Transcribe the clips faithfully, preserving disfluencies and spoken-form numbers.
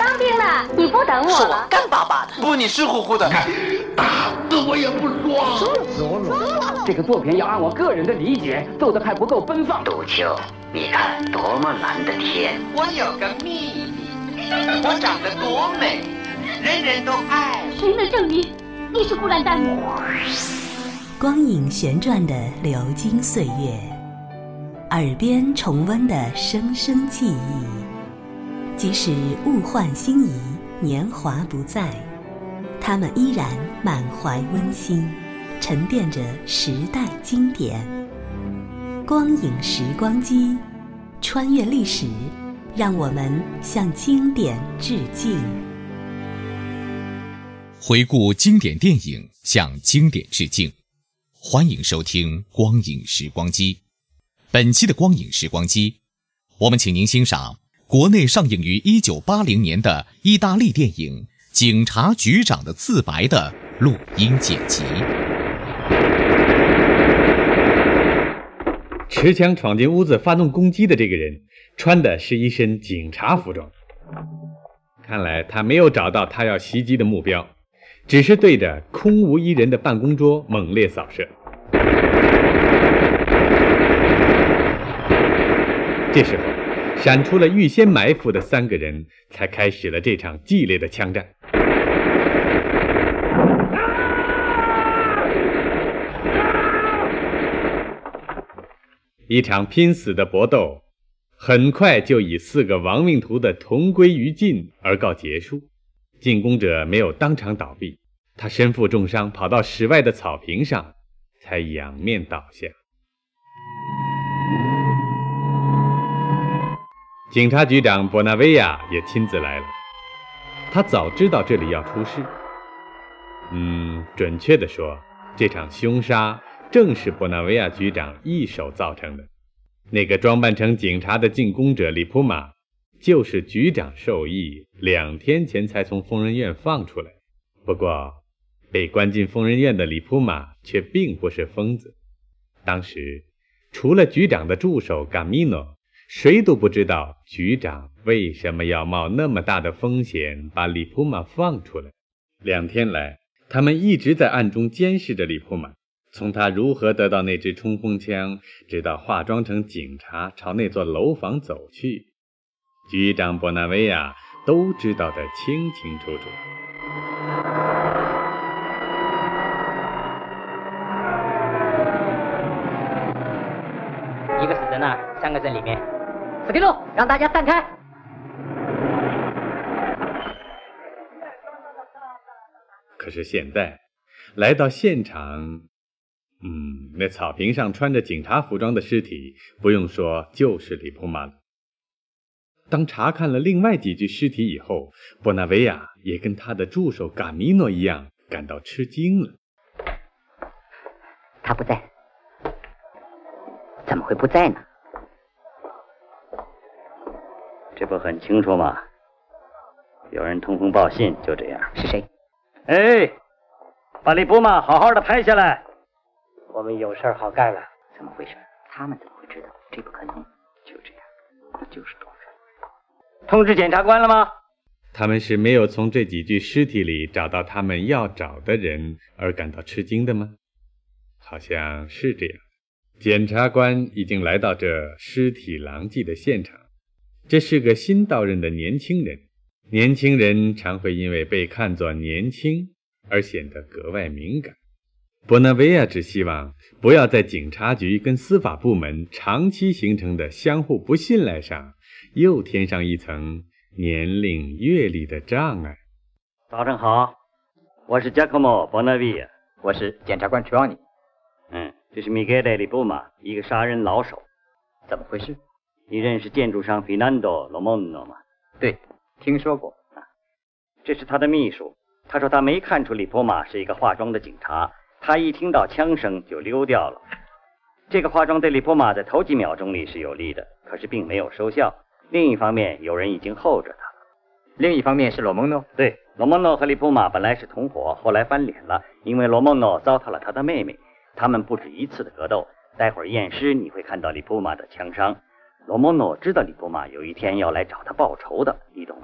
当兵了，你不等我了？ 是我干巴巴的， 不，你湿乎乎的。 打死我也不说。 说说说，这个作品要按我个人的理解做得还不够奔放。 杜秋，你看多么蓝的天！ 我有个秘密，我长得多美，人人都爱。 谁能证明你是孤兰丹？ 光影旋转的流金岁月，耳边重温的声声记忆，即使物换星移，年华不在，他们依然满怀温馨，沉淀着时代经典。光影时光机，穿越历史，让我们向经典致敬。 回顾经典电影，向经典致敬。欢迎收听光影时光机。本期的光影时光机，我们请您欣赏国内上映于一九八零年的意大利电影《警察局长的自白》的录音剪辑。 持枪闯进屋子发动攻击的这个人，穿的是一身警察服装。看来他没有找到他要袭击的目标，只是对着空无一人的办公桌猛烈扫射。这时候闪出了预先埋伏的三个人，才开始了这场激烈的枪战。一场拼死的搏斗很快就以四个亡命徒的同归于尽而告结束。进攻者没有当场倒闭，他身负重伤跑到室外的草坪上，才仰面倒下。警察局长博纳维亚也亲自来了，他早知道这里要出事。嗯，准确地说，这场凶杀正是博纳维亚局长一手造成的。那个装扮成警察的进攻者里普马，就是局长授意两天前才从疯人院放出来。不过被关进疯人院的里普马却并不是疯子。当时除了局长的助手嘎米诺，谁都不知道局长为什么要冒那么大的风险把里普马放出来。两天来他们一直在暗中监视着里普马，从他如何得到那支冲锋枪，直到化妆成警察朝那座楼房走去，局长博纳维亚都知道得清清楚楚。 一个死在那儿，三个在里面。斯蒂路，让大家散开。 可是现在来到现场，嗯，那草坪上穿着警察服装的尸体，不用说就是里普马了。当查看了另外几具尸体以后，博纳维亚也跟他的助手嘎米诺一样感到吃惊了。 他不在，怎么会不在呢？ 这不很清楚吗？有人通风报信，就这样。 是谁？ 哎，把里普马好好的拍下来。 我们有事好干了。怎么回事？他们怎么会知道？这不可能。就这样，就是懂事。 通知检察官了吗？ 他们是没有从这几具尸体里找到他们要找的人而感到吃惊的吗？好像是这样。检察官已经来到这尸体狼藉的现场。这是个新到任的年轻人，年轻人常会因为被看作年轻而显得格外敏感。博纳维亚只希望不要在警察局跟司法部门长期形成的相互不信赖上又添上一层年龄阅历的障碍。 早上好，我是 Giacomo Bonavia， 我是检察官 Trioni。 嗯，这是 Michele Li Puma， 一个杀人老手。 怎么回事？ 你认识建筑商 Fernando Lomono 吗？ 对，听说过。 啊，这是他的秘书。他说他没看出里普马是一个化妆的警察，他一听到枪声就溜掉了。这个化妆对里普马在头几秒钟里是有利的，可是并没有收效。另一方面，有人已经候着他。 另一方面是罗蒙诺。 对，罗蒙诺和里普马本来是同伙，后来翻脸了，因为罗蒙诺糟蹋了他的妹妹。他们不止一次的格斗，待会儿验尸你会看到里普马的枪伤。罗蒙诺知道里普马有一天要来找他报仇的，你懂吗？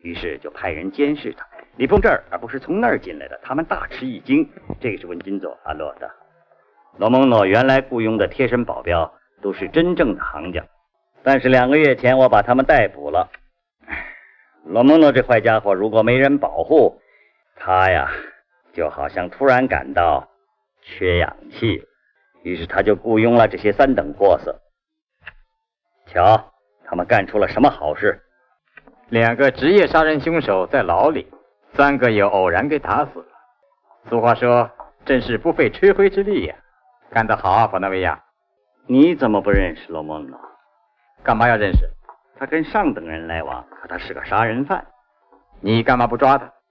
于是就派人监视他。李峰这儿而不是从那儿进来的，他们大吃一惊。这个是文金佐阿洛的。罗蒙诺原来雇佣的贴身保镖都是真正的行家，但是两个月前我把他们逮捕了。罗蒙诺这坏家伙，如果没人保护他呀，就好像突然感到缺氧气，于是他就雇佣了这些三等货色。瞧，他们干出了什么好事？ 两个职业杀人凶手在牢里，三个又偶然给打死了。俗话说，真是不费吹灰之力呀、啊。干得好啊，博纳维亚！ 你怎么不认识罗蒙诺？ 干嘛要认识？ 他跟上等人来往，可他是个杀人犯。 你干嘛不抓他？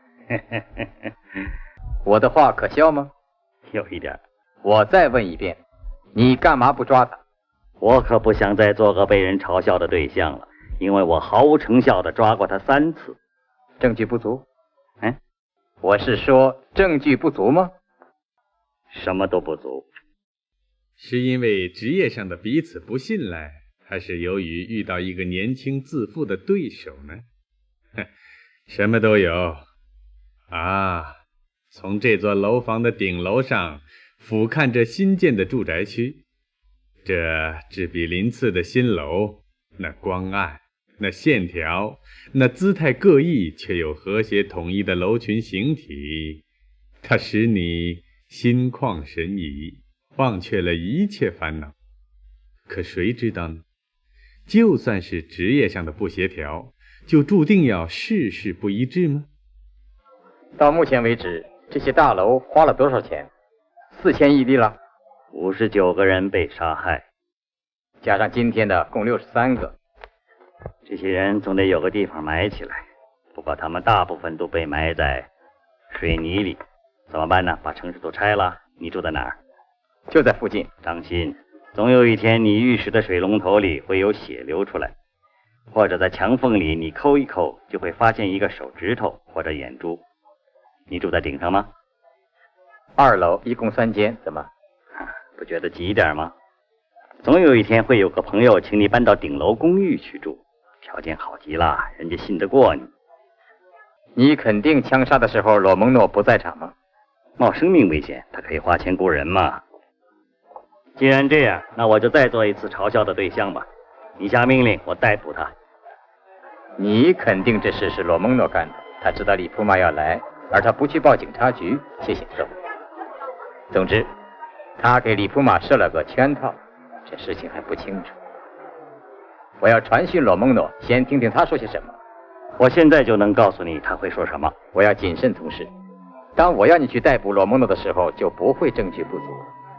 我的话可笑吗？ 有一点。 我再问一遍，你干嘛不抓他？ 我可不想再做个被人嘲笑的对象了，因为我毫无成效地抓过他三次。 证据不足？ 嗯， 我是说证据不足吗？ 什么都不足。 是因为职业上的彼此不信赖，还是由于遇到一个年轻自负的对手呢？什么都有啊！从这座楼房的顶楼上俯瞰着新建的住宅区，这栉比鳞次的新楼，那光暗，那线条，那姿态各异却又和谐统一的楼群形体，它使你心旷神怡，忘却了一切烦恼。可谁知道呢？就算是职业上的不协调，就注定要事事不一致吗？ 到目前为止，这些大楼花了多少钱？四千亿利了。 五十九个人被杀害， 加上今天的共六十三个。 这些人总得有个地方埋起来，不过他们大部分都被埋在水泥里。怎么办呢？把城市都拆了？你住在哪儿？ 就在附近。 当心，总有一天你浴室的水龙头里会有血流出来，或者在墙缝里你抠一抠就会发现一个手指头或者眼珠。你住在顶上吗？ 二楼一共三间，怎么？ 不觉得急一点吗？总有一天会有个朋友请你搬到顶楼公寓去住，条件好极了，人家信得过你。 你肯定枪杀的时候罗蒙诺不在场吗？ 冒生命危险，他可以花钱雇人嘛。既然这样，那我就再做一次嘲笑的对象吧。你下命令，我逮捕他。 你肯定这事是罗蒙诺干的，他知道李普马要来，而他不去报警察局，谢谢受。总之，他给李普马设了个圈套，这事情还不清楚。我要传讯罗蒙诺，先听听他说些什么。 我现在就能告诉你他会说什么。 我要谨慎从事。当我要你去逮捕罗蒙诺的时候，就不会证据不足。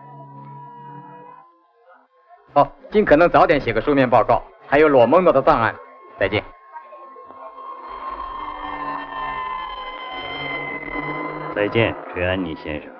哦，尽可能早点写个书面报告，还有罗蒙诺的档案。再见。 再见，垂安妮先生。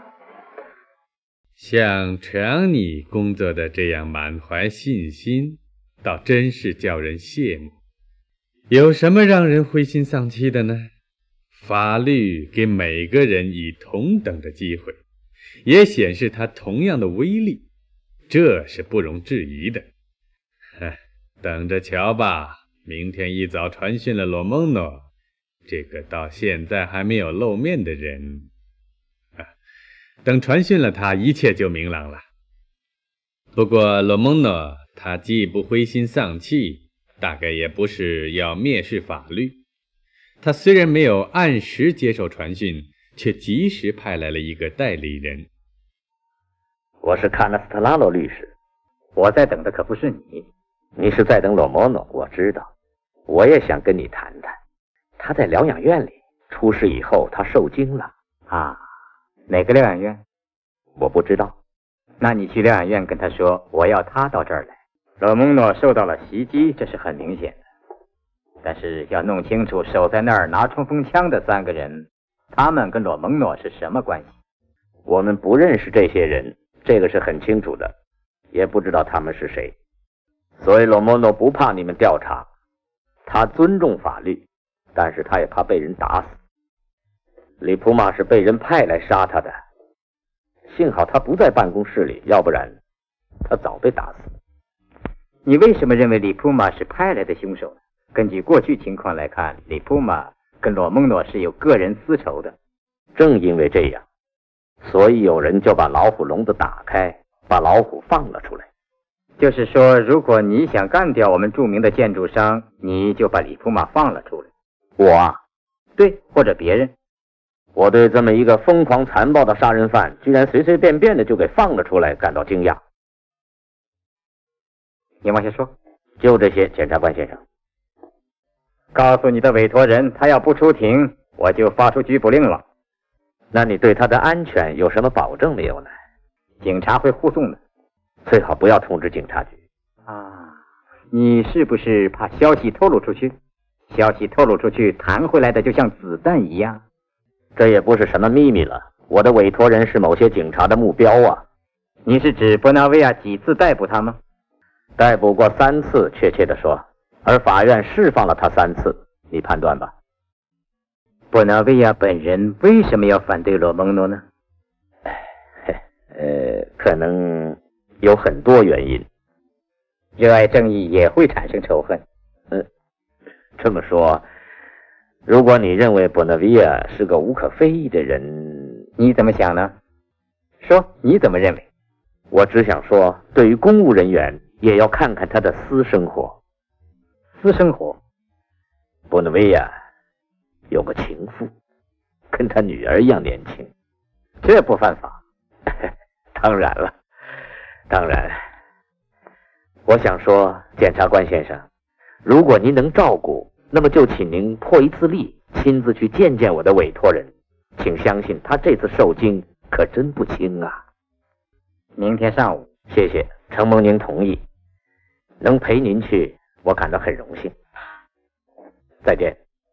像垂安妮工作的这样满怀信心，倒真是叫人羡慕。有什么让人灰心丧气的呢？法律给每个人以同等的机会，也显示它同样的威力，这是不容置疑的。等着瞧吧，明天一早传讯了罗蒙诺，这个到现在还没有露面的人，啊，等传讯了他，一切就明朗了。不过罗蒙诺他既不灰心丧气，大概也不是要蔑视法律。他虽然没有按时接受传讯，却及时派来了一个代理人。 我是卡纳斯特拉罗律师， 我在等的可不是你。 你是在等罗莫诺，我知道。我也想跟你谈谈。他在疗养院里出事以后，他受惊了。 啊，哪个疗养院？ 我不知道。 那你去疗养院跟他说，我要他到这儿来。罗蒙诺受到了袭击，这是很明显的。但是要弄清楚守在那儿拿冲锋枪的三个人，他们跟罗蒙诺是什么关系？ 我们不认识这些人，这个是很清楚的，也不知道他们是谁。所以罗蒙诺不怕你们调查，他尊重法律，但是他也怕被人打死。李普马是被人派来杀他的，幸好他不在办公室里，要不然他早被打死。 你为什么认为李普马是派来的凶手呢？ 根据过去情况来看，里普马跟罗蒙诺是有个人私仇的。 正因为这样，所以有人就把老虎笼子打开，把老虎放了出来。 就是说，如果你想干掉我们著名的建筑商，你就把里普马放了出来。 我啊， 对，或者别人。 我对这么一个疯狂残暴的杀人犯，居然随随便便的就给放了出来，感到惊讶。 你往下说。 就这些，检察官先生。 告诉你的委托人，他要不出庭，我就发出拘捕令了。 那你对他的安全有什么保证没有呢？ 警察会护送的。 最好不要通知警察局。 啊，你是不是怕消息透露出去？消息透露出去，弹回来的就像子弹一样。 这也不是什么秘密了，我的委托人是某些警察的目标啊。 你是指伯纳维亚几次逮捕他吗？ 逮捕过三次，确切的说，而法院释放了他三次，你判断吧。 伯纳维亚本人为什么要反对罗蒙诺呢？ 呃，可能有很多原因。 热爱正义也会产生仇恨。 嗯，这么说，如果你认为伯纳维亚是个无可非议的人， 你怎么想呢？说，你怎么认为？ 我只想说，对于公务人员，也要看看他的私生活。 私生活？ 伯纳维亚有个情妇，跟他女儿一样年轻， 这不犯法。 当然了，当然。我想说，检察官先生，如果您能照顾，那么就请您破一次例，亲自去见见我的委托人。请相信，他这次受惊可真不轻啊。 明天上午。 谢谢，承蒙您同意，能陪您去，我感到很荣幸。再见。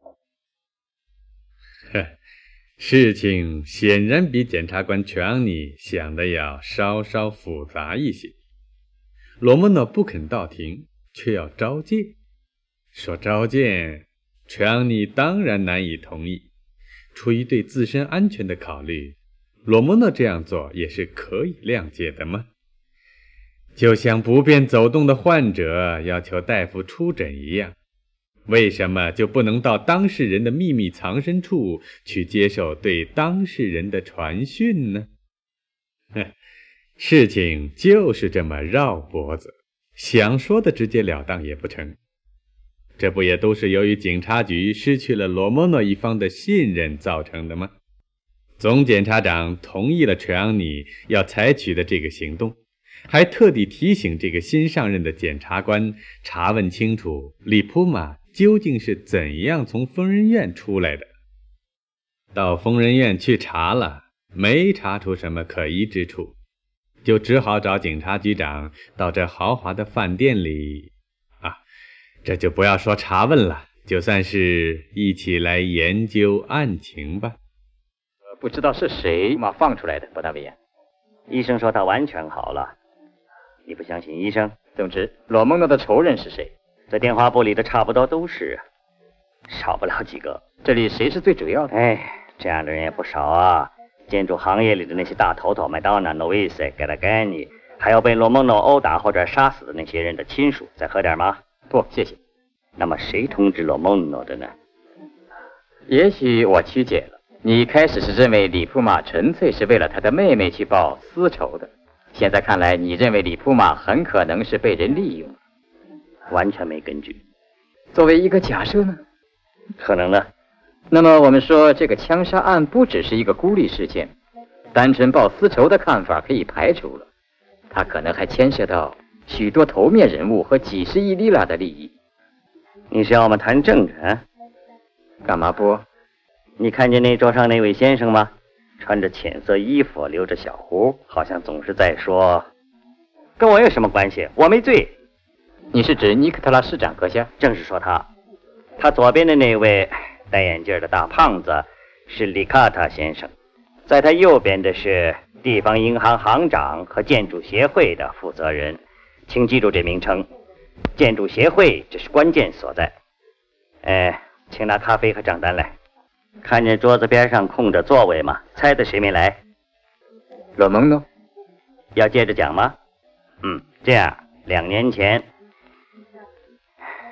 事情显然比检察官全昂尼想的要稍稍复杂一些。罗莫诺不肯到庭，却要召见。说召见，全昂尼当然难以同意。出于对自身安全的考虑，罗莫诺这样做也是可以谅解的吗？就像不便走动的患者要求大夫出诊一样，为什么就不能到当事人的秘密藏身处去接受对当事人的传讯呢？哼，事情就是这么绕脖子，想说的直截了当也不成。这不也都是由于警察局失去了罗莫诺一方的信任造成的吗？总检察长同意了垂昂尼要采取的这个行动，还特地提醒这个新上任的检察官查问清楚里普马究竟是怎样从疯人院出来的。到疯人院去查了，没查出什么可疑之处，就只好找警察局长到这豪华的饭店里啊，这就不要说查问了，就算是一起来研究案情吧。 不知道是谁把放出来的，伯纳维亚。 医生说他完全好了。你不相信医生？ 总之，罗蒙诺的仇人是谁？ 在电话簿里的差不多都是，少不了几个。 这里谁是最主要的？ 哎，这样的人也不少啊。建筑行业里的那些大头头，麦当娜、诺维斯、盖拉盖尼，还有被罗蒙诺殴打或者杀死的那些人的亲属。再喝点吗？ 不，谢谢。 那么谁通知罗蒙诺的呢？ 也许我曲解了。你一开始是认为里普马纯粹是为了他的妹妹去报私仇的，现在看来，你认为里普马很可能是被人利用。 完全没根据。 作为一个假设呢？ 可能呢。 那么我们说，这个枪杀案不只是一个孤立事件，单纯报私仇的看法可以排除了，它可能还牵涉到许多头面人物和几十亿利拉的利益。 你是要我们谈政治啊？ 干嘛不？ 你看见那桌上那位先生吗？穿着浅色衣服，留着小胡，好像总是在说跟我有什么关系，我没罪。 你是指尼克特拉市长阁下？ 正是说他。他左边的那位戴眼镜的大胖子是里卡塔先生，在他右边的是地方银行行长和建筑协会的负责人。请记住这名称，建筑协会，这是关键所在。哎，请拿咖啡和账单来。看见桌子边上空着座位吗？猜的谁没来？ 罗蒙诺。 要接着讲吗？嗯，这样，两年前，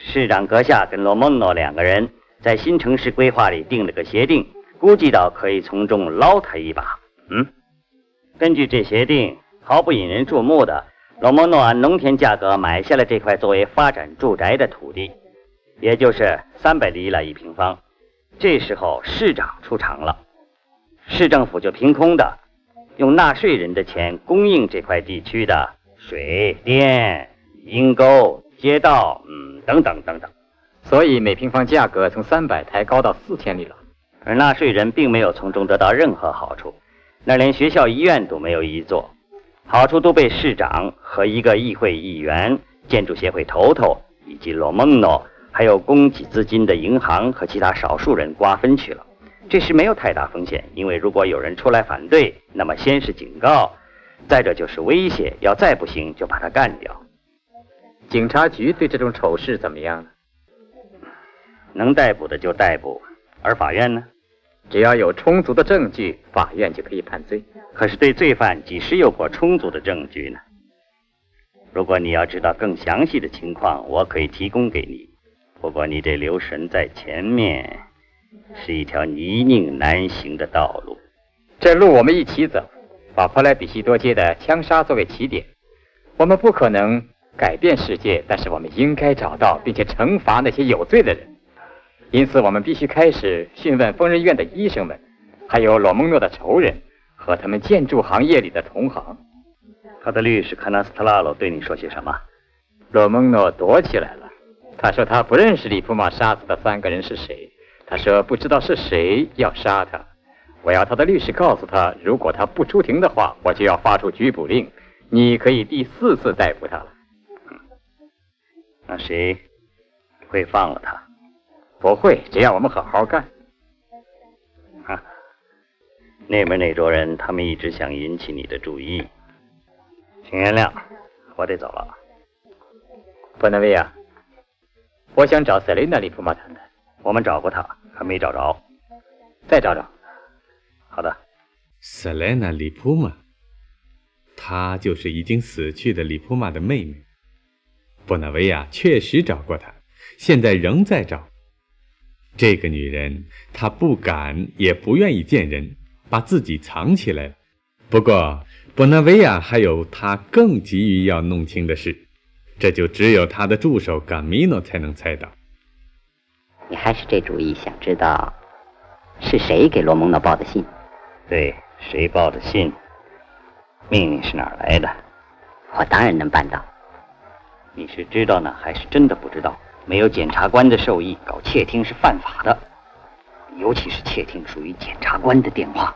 市长阁下跟罗蒙诺两个人在新城市规划里定了个协定，估计到可以从中捞他一把。嗯，根据这协定，毫不引人注目的，罗蒙诺按农田价格买下了这块作为发展住宅的土地，也就是三百里拉一平方。这时候市长出场了，市政府就凭空的用纳税人的钱供应这块地区的水电、阴沟、街道，嗯，等等等等， 所以每平方价格从三百抬高到四千里了。 而纳税人并没有从中得到任何好处，那连学校医院都没有一座，好处都被市长和一个议会议员、建筑协会头头以及罗蒙诺，还有供给资金的银行和其他少数人瓜分去了。这是没有太大风险，因为如果有人出来反对，那么先是警告，再者就是威胁，要再不行就把他干掉。 警察局对这种丑事怎么样呢？ 能逮捕的就逮捕，而法院呢？ 只要有充足的证据，法院就可以判罪。 可是对罪犯几时有过充足的证据呢？如果你要知道更详细的情况，我可以提供给你，不过你得留神在前面是一条泥泞难行的道路。 这路我们一起走，把普莱比西多街的枪杀作为起点。我们不可能改变世界，但是我们应该找到并且惩罚那些有罪的人。因此我们必须开始讯问疯人院的医生们，还有罗蒙诺的仇人和他们建筑行业里的同行。 他的律师卡纳斯特拉罗对你说些什么？ 罗蒙诺躲起来了，他说他不认识里普马杀死的三个人是谁，他说不知道是谁要杀他。我要他的律师告诉他，如果他不出庭的话，我就要发出拘捕令，你可以第四次逮捕他了。 嗯，那谁会放了他？ 不会，只要我们好好干。 啊，那边那桌人，他们一直想引起你的注意，请原谅，我得走了。 伯纳维亚，我想找塞琳娜·里普马谈谈。 我们找过他，还没找着， 再找找。 好的。 塞琳娜·里普马，她就是已经死去的里普马的妹妹。伯纳维亚确实找过她，现在仍在找。这个女人，她不敢也不愿意见人，把自己藏起来了。不过，伯纳维亚还有他更急于要弄清的事，这就只有他的助手嘎米诺才能猜到。 你还是这主意，想知道是谁给罗蒙诺报的信？ 对，谁报的信？命令是哪儿来的？ 我当然能办到。 你是知道呢，还是真的不知道？没有检察官的授意，搞窃听是犯法的，尤其是窃听属于检察官的电话。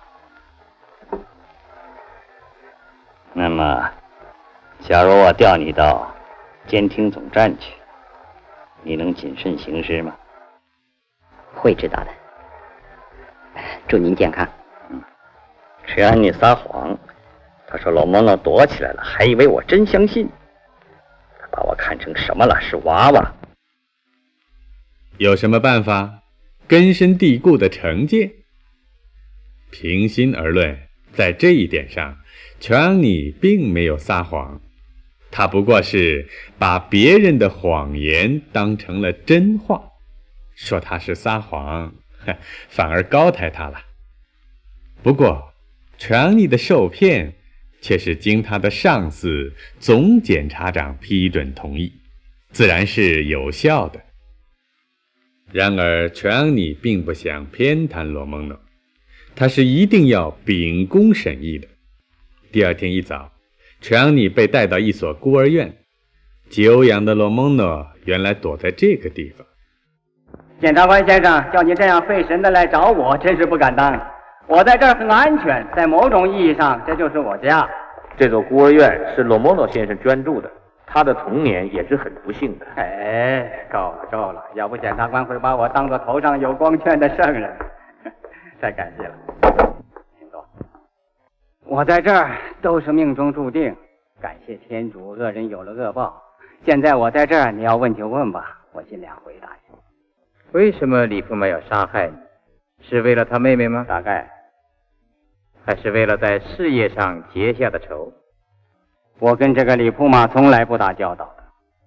那么，假如我调你到监听总站去，你能谨慎行事吗？ 会知道的。祝您健康。 嗯，谁让你撒谎？他说老蒙诺躲起来了，还以为我真相信。他把我看成什么了？是娃娃。 有什么办法？根深蒂固的惩戒？平心而论，在这一点上，乔昂尼并没有撒谎，他不过是把别人的谎言当成了真话，说他是撒谎，反而高抬他了。不过，乔昂尼的受骗却是经他的上司总检察长批准同意，自然是有效的。然而，乔昂尼并不想偏袒罗蒙诺，他是一定要秉公审议的。第二天一早，乔昂尼被带到一所孤儿院，久仰的罗蒙诺原来躲在这个地方。 检察官先生，叫你这样费神的来找我，真是不敢当。我在这儿很安全，在某种意义上，这就是我家。 这座孤儿院是罗蒙诺先生捐助的，他的童年也是很不幸的。 哎，够了够了，要不检察官会把我当作头上有光圈的圣人。太感谢了，请坐。我在这儿都是命中注定，感谢天主，恶人有了恶报。现在我在这儿，你要问就问吧，我尽量回答你。 为什么李驸马要杀害你？是为了他妹妹吗？ 大概。 还是为了在事业上结下的仇？ 我跟这个李驸马从来不打交道的。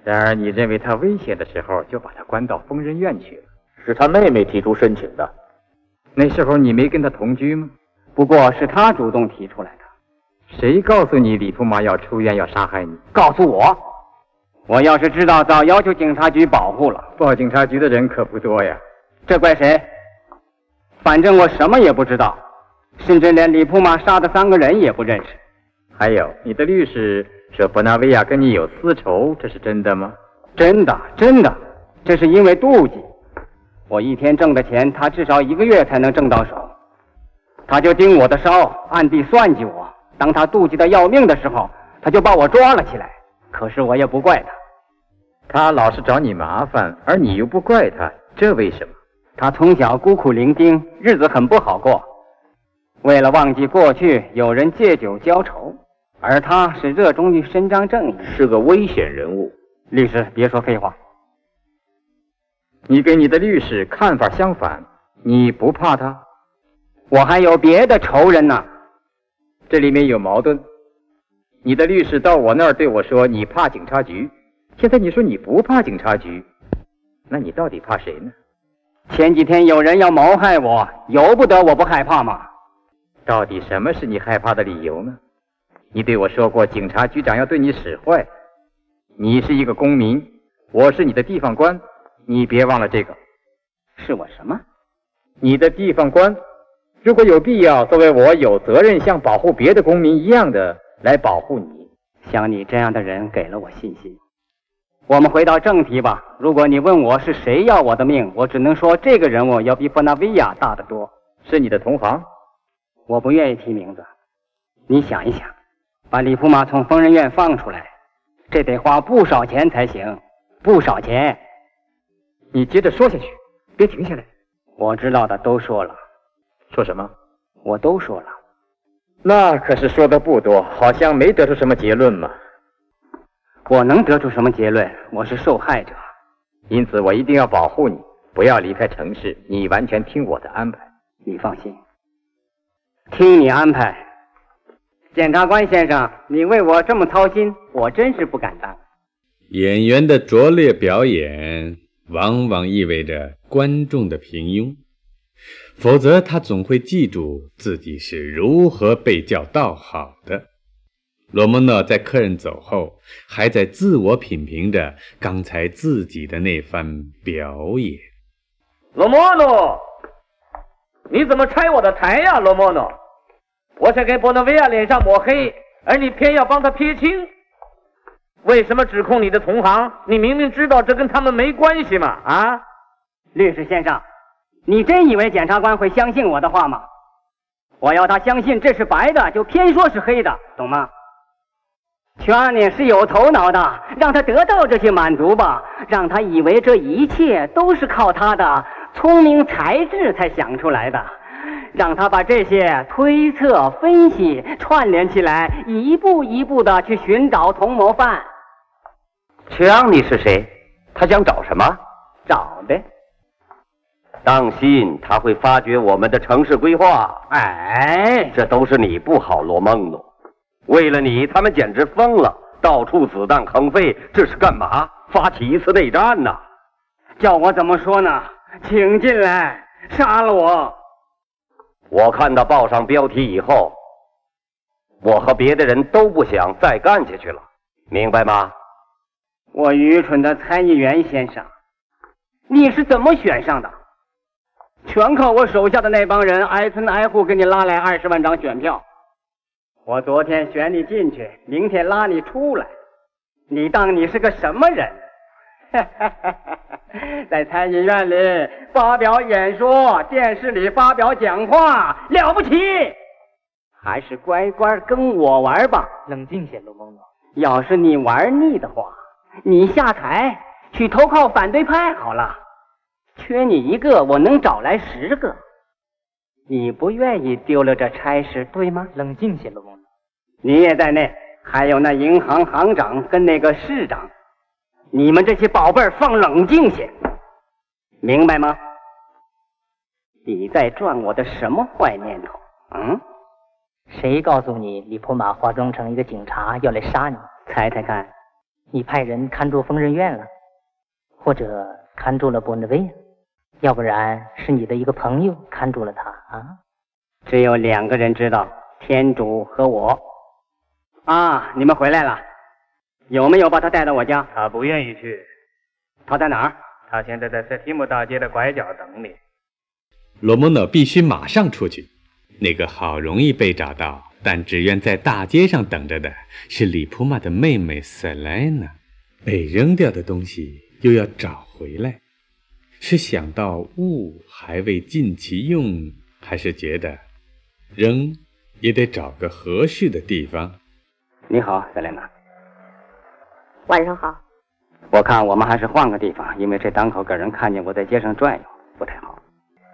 然而你认为他危险的时候，就把他关到疯人院去了。 是他妹妹提出申请的。 那时候你没跟他同居吗？ 不过是他主动提出来的。 谁告诉你李驸马要出院要杀害你？ 告诉我。我要是知道，早要求警察局保护了。 报警察局的人可不多呀。 这怪谁？反正我什么也不知道，甚至连李驸马杀的三个人也不认识。 还有，你的律师说伯纳维亚跟你有私仇，这是真的吗？ 真的，真的，这是因为妒忌。我一天挣的钱，他至少一个月才能挣到手，他就盯我的梢，暗地算计我。当他妒忌的要命的时候，他就把我抓了起来。可是我也不怪他， 他老是找你麻烦，而你又不怪他，这为什么？ 他从小孤苦伶仃，日子很不好过。为了忘记过去，有人借酒浇愁，而他是热衷于伸张正义， 是个危险人物。 律师，别说废话。 你跟你的律师看法相反，你不怕他？ 我还有别的仇人呢。 这里面有矛盾。你的律师到我那儿对我说你怕警察局，现在你说你不怕警察局，那你到底怕谁呢？ 前几天有人要谋害我，由不得我不害怕吗？ 到底什么是你害怕的理由呢？你对我说过警察局长要对你使坏，你是一个公民，我是你的地方官，你别忘了这个。 是我什么？ 你的地方官，如果有必要，作为我有责任像保护别的公民一样的来保护你。 像你这样的人给了我信心。我们回到正题吧。如果你问我是谁要我的命，我只能说这个人物要比伯纳维亚大得多。 是你的同行？ 我不愿意提名字。你想一想，把李驸马从疯人院放出来，这得花不少钱才行，不少钱。 你接着说下去，别停下来。 我知道的都说了。 说什么？ 我都说了。 那可是说的不多，好像没得出什么结论嘛。 我能得出什么结论？我是受害者， 因此我一定要保护你，不要离开城市。你完全听我的安排。 你放心，听你安排。检察官先生，你为我这么操心，我真是不敢当。 演员的拙劣表演往往意味着观众的平庸，否则他总会记住自己是如何被叫道好的。罗蒙诺在客人走后，还在自我品评着刚才自己的那番表演。 罗莫诺，你怎么拆我的台呀，罗莫诺？我想给伯纳维亚脸上抹黑，而你偏要帮他撇清。为什么指控你的同行？你明明知道这跟他们没关系嘛！啊， 律师先生，你真以为检察官会相信我的话吗？我要他相信这是白的，就偏说是黑的，懂吗？劝你是有头脑的，让他得到这些满足吧，让他以为这一切都是靠他的聪明才智才想出来的，让他把这些推测、分析串联起来，一步一步的去寻找同谋犯。 枪，你是谁？他想找什么？ 找的。 当心，他会发掘我们的城市规划。 哎， 这都是你不好，罗蒙诺。为了你，他们简直疯了，到处子弹坑飞，这是干嘛？发起一次内战呢？ 叫我怎么说呢？请进来，杀了我！ 我看到报上标题以后，我和别的人都不想再干下去了，明白吗？ 我愚蠢的参议员先生，你是怎么选上的？全靠我手下的那帮人挨村挨户给你拉来二十万张选票。我昨天选你进去，明天拉你出来，你当你是个什么人？在参议院里发表演说，电视里发表讲话，了不起？还是乖乖跟我玩吧。 冷静些，罗蒙诺。 要是你玩腻的话，你下台去投靠反对派好了。缺你一个，我能找来十个。你不愿意丢了这差事，对吗？ 冷静些，罗蒙诺。 你也在内，还有那银行行长跟那个市长，你们这些宝贝儿放冷静些，明白吗？你在转我的什么坏念头？嗯？ 谁告诉你李普马化妆成一个警察要来杀你？ 猜猜看。 你派人看住疯人院了，或者看住了伯纳维亚，要不然是你的一个朋友看住了他啊。 只有两个人知道，天主和我。啊，你们回来了，有没有把他带到我家？ 他不愿意去。 他在哪儿？ 他现在在塞提姆大街的拐角等你。 罗蒙诺必须马上出去。那个好容易被找到，但只愿在大街上等着的是里普玛的妹妹塞莱娜。被扔掉的东西又要找回来，是想到物还未尽其用，还是觉得扔也得找个合适的地方？ 你好，塞莱娜。 晚上好。 我看我们还是换个地方，因为这档口给人看见我在街上转悠，不太好。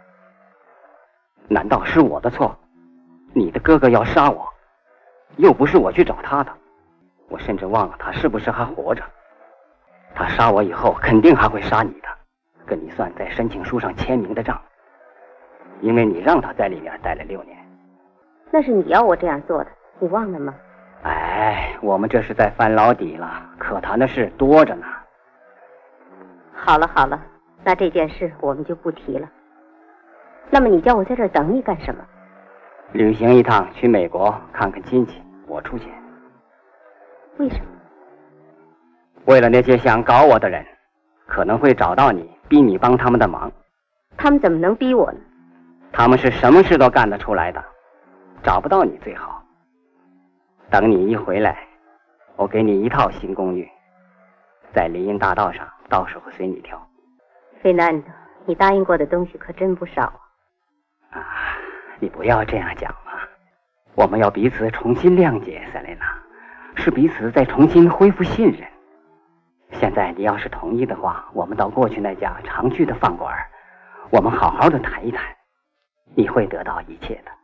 难道是我的错？你的哥哥要杀我，又不是我去找他的，我甚至忘了他是不是还活着。他杀我以后，肯定还会杀你的，跟你算在申请书上签名的账，因为你让他在里面待了六年。 那是你要我这样做的，你忘了吗？ 哎，我们这是在翻老底了，可谈的事多着呢。 好了好了，那这件事我们就不提了。那么你叫我在这儿等你干什么？ 旅行一趟，去美国看看亲戚，我出钱。 为什么？ 为了那些想搞我的人，可能会找到你，逼你帮他们的忙。 他们怎么能逼我呢？ 他们是什么事都干得出来的，找不到你最好。等你一回来，我给你一套新公寓，在林荫大道上，到时候随你挑。 费南德，你答应过的东西可真不少啊！啊，你不要这样讲嘛，我们要彼此重新谅解，塞雷娜，是彼此再重新恢复信任。现在你要是同意的话，我们到过去那家常去的饭馆，我们好好的谈一谈，你会得到一切的。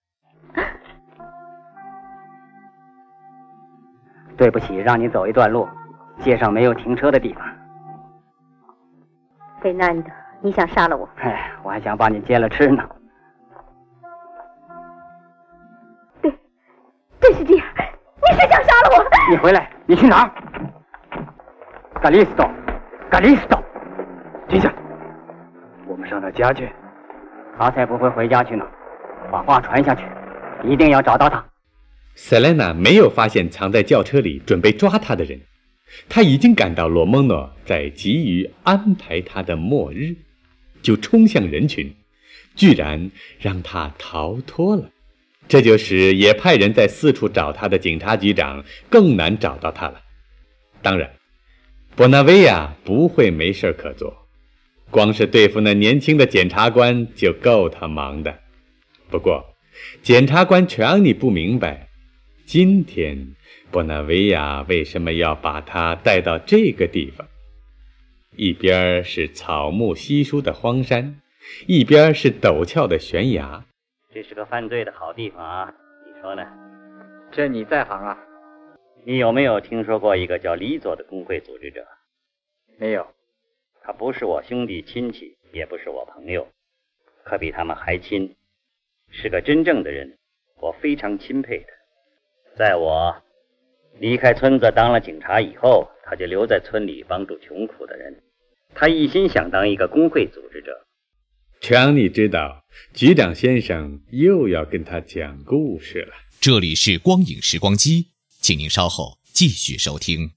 对不起，让你走一段路，街上没有停车的地方。 费南德，你想杀了我？ 哎，我还想把你接了吃呢。 对，正是这样，你是想杀了我？ 你回来，你去哪儿？卡利斯多，卡利斯多， 停下！我们上他家去。 他才不会回家去呢。把话传下去，一定要找到他。 塞莱娜没有发现藏在轿车里准备抓他的人，他已经感到罗蒙诺在急于安排他的末日，就冲向人群，居然让他逃脱了。这就使也派人在四处找他的警察局长更难找到他了。当然，博纳维亚不会没事可做，光是对付那年轻的检察官就够他忙的。不过，检察官全让你不明白。今天，博纳维亚为什么要把他带到这个地方？一边是草木稀疏的荒山，一边是陡峭的悬崖。 这是个犯罪的好地方啊，你说呢？ 这你在行啊？ 你有没有听说过一个叫李佐的工会组织者？ 没有。 他不是我兄弟亲戚，也不是我朋友，可比他们还亲，是个真正的人，我非常钦佩他。在我离开村子当了警察以后，他就留在村里帮助穷苦的人。他一心想当一个工会组织者。 全你知道，局长先生又要跟他讲故事了。 这里是光影时光机，请您稍后继续收听。